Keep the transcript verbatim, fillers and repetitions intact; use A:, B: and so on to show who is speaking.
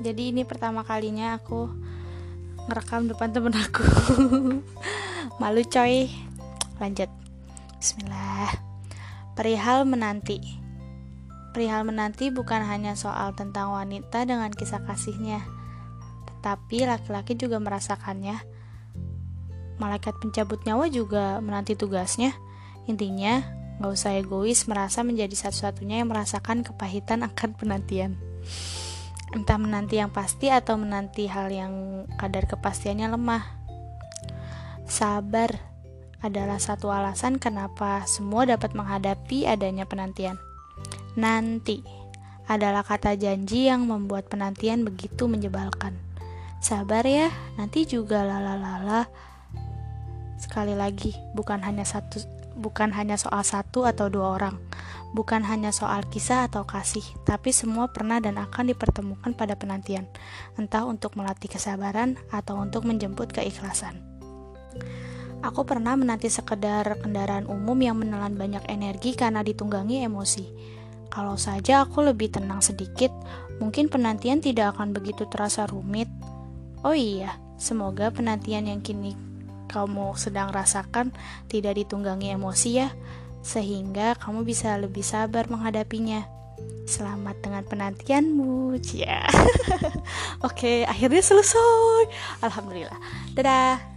A: Jadi ini pertama kalinya aku ngerekam depan temen aku. Malu coy. Lanjut. Bismillah. Perihal menanti. Perihal menanti bukan hanya soal tentang wanita dengan kisah kasihnya, tetapi laki-laki juga merasakannya. Malaikat pencabut nyawa juga menanti tugasnya. Intinya, gak usah egois merasa menjadi satu-satunya yang merasakan kepahitan akan penantian. Entah menanti yang pasti atau menanti hal yang kadar kepastiannya lemah. Sabar adalah satu alasan kenapa semua dapat menghadapi adanya penantian. Nanti adalah kata janji yang membuat penantian begitu menyebalkan. Sabar ya, nanti juga lalalala. Sekali lagi, bukan hanya satu, bukan hanya soal satu atau dua orang. Bukan hanya soal kisah atau kasih, tapi semua pernah dan akan dipertemukan pada penantian, entah untuk melatih kesabaran atau untuk menjemput keikhlasan. Aku pernah menanti sekedar kendaraan umum yang menelan banyak energi karena ditunggangi emosi. Kalau saja aku lebih tenang sedikit, mungkin penantian tidak akan begitu terasa rumit. Oh iya, semoga penantian yang kini kamu sedang rasakan tidak ditunggangi emosi ya, sehingga kamu bisa lebih sabar menghadapinya. Selamat dengan penantianmu, ya. Oke, akhirnya selesai. Alhamdulillah. Dadah.